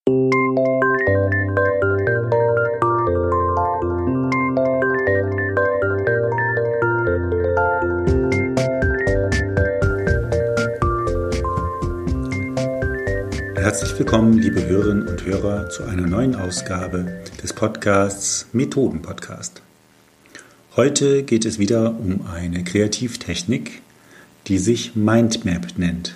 Herzlich willkommen, liebe Hörerinnen und Hörer, zu einer neuen Ausgabe des Podcasts Methoden-Podcast. Heute geht es wieder um eine Kreativtechnik, die sich Mindmap nennt.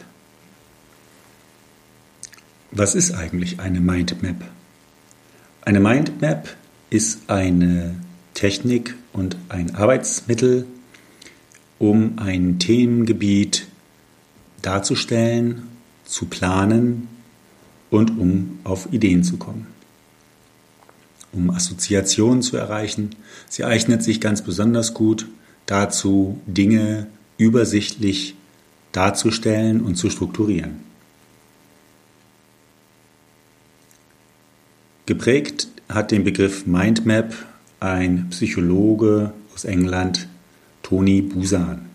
Was ist eigentlich eine Mindmap? Eine Mindmap ist eine Technik und ein Arbeitsmittel, um ein Themengebiet darzustellen, zu planen und um auf Ideen zu kommen. Um Assoziationen zu erreichen. Sie eignet sich ganz besonders gut dazu, Dinge übersichtlich darzustellen und zu strukturieren. Geprägt hat den Begriff Mindmap ein Psychologe aus England, Tony Buzan.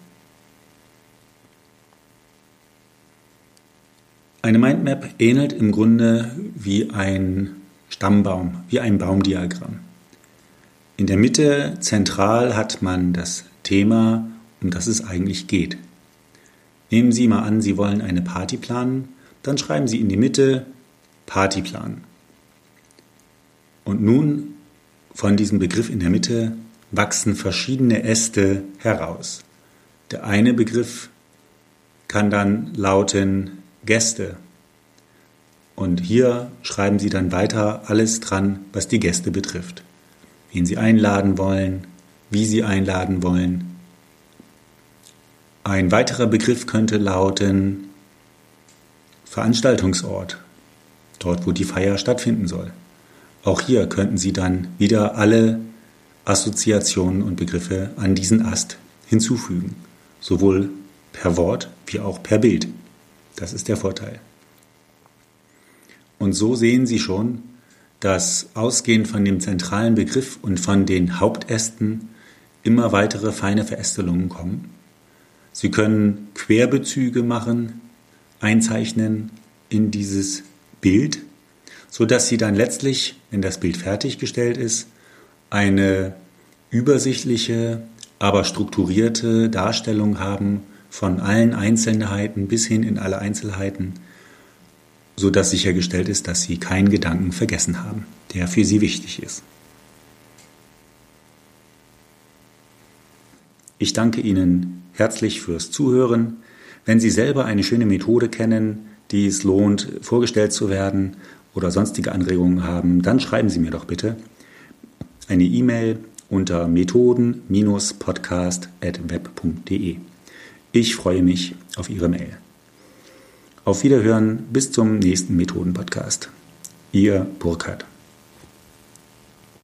Eine Mindmap ähnelt im Grunde wie ein Stammbaum, wie ein Baumdiagramm. In der Mitte zentral hat man das Thema, um das es eigentlich geht. Nehmen Sie mal an, Sie wollen eine Party planen, dann schreiben Sie in die Mitte Partyplan. Und nun von diesem Begriff in der Mitte wachsen verschiedene Äste heraus. Der eine Begriff kann dann lauten Gäste. Und hier schreiben Sie dann weiter alles dran, was die Gäste betrifft. Wen Sie einladen wollen, wie Sie einladen wollen. Ein weiterer Begriff könnte lauten Veranstaltungsort, dort wo die Feier stattfinden soll. Auch hier könnten Sie dann wieder alle Assoziationen und Begriffe an diesen Ast hinzufügen, sowohl per Wort wie auch per Bild. Das ist der Vorteil. Und so sehen Sie schon, dass ausgehend von dem zentralen Begriff und von den Hauptästen immer weitere feine Verästelungen kommen. Sie können Querbezüge machen, einzeichnen in dieses Bild, sodass Sie dann letztlich, wenn das Bild fertiggestellt ist, eine übersichtliche, aber strukturierte Darstellung haben von allen Einzelheiten bis hin in alle Einzelheiten, sodass sichergestellt ist, dass Sie keinen Gedanken vergessen haben, der für Sie wichtig ist. Ich danke Ihnen herzlich fürs Zuhören. Wenn Sie selber eine schöne Methode kennen, die es lohnt, vorgestellt zu werden oder sonstige Anregungen haben, dann schreiben Sie mir doch bitte eine E-Mail unter methoden-podcast@web.de. Ich freue mich auf Ihre Mail. Auf Wiederhören, bis zum nächsten Methoden-Podcast. Ihr Burkhard.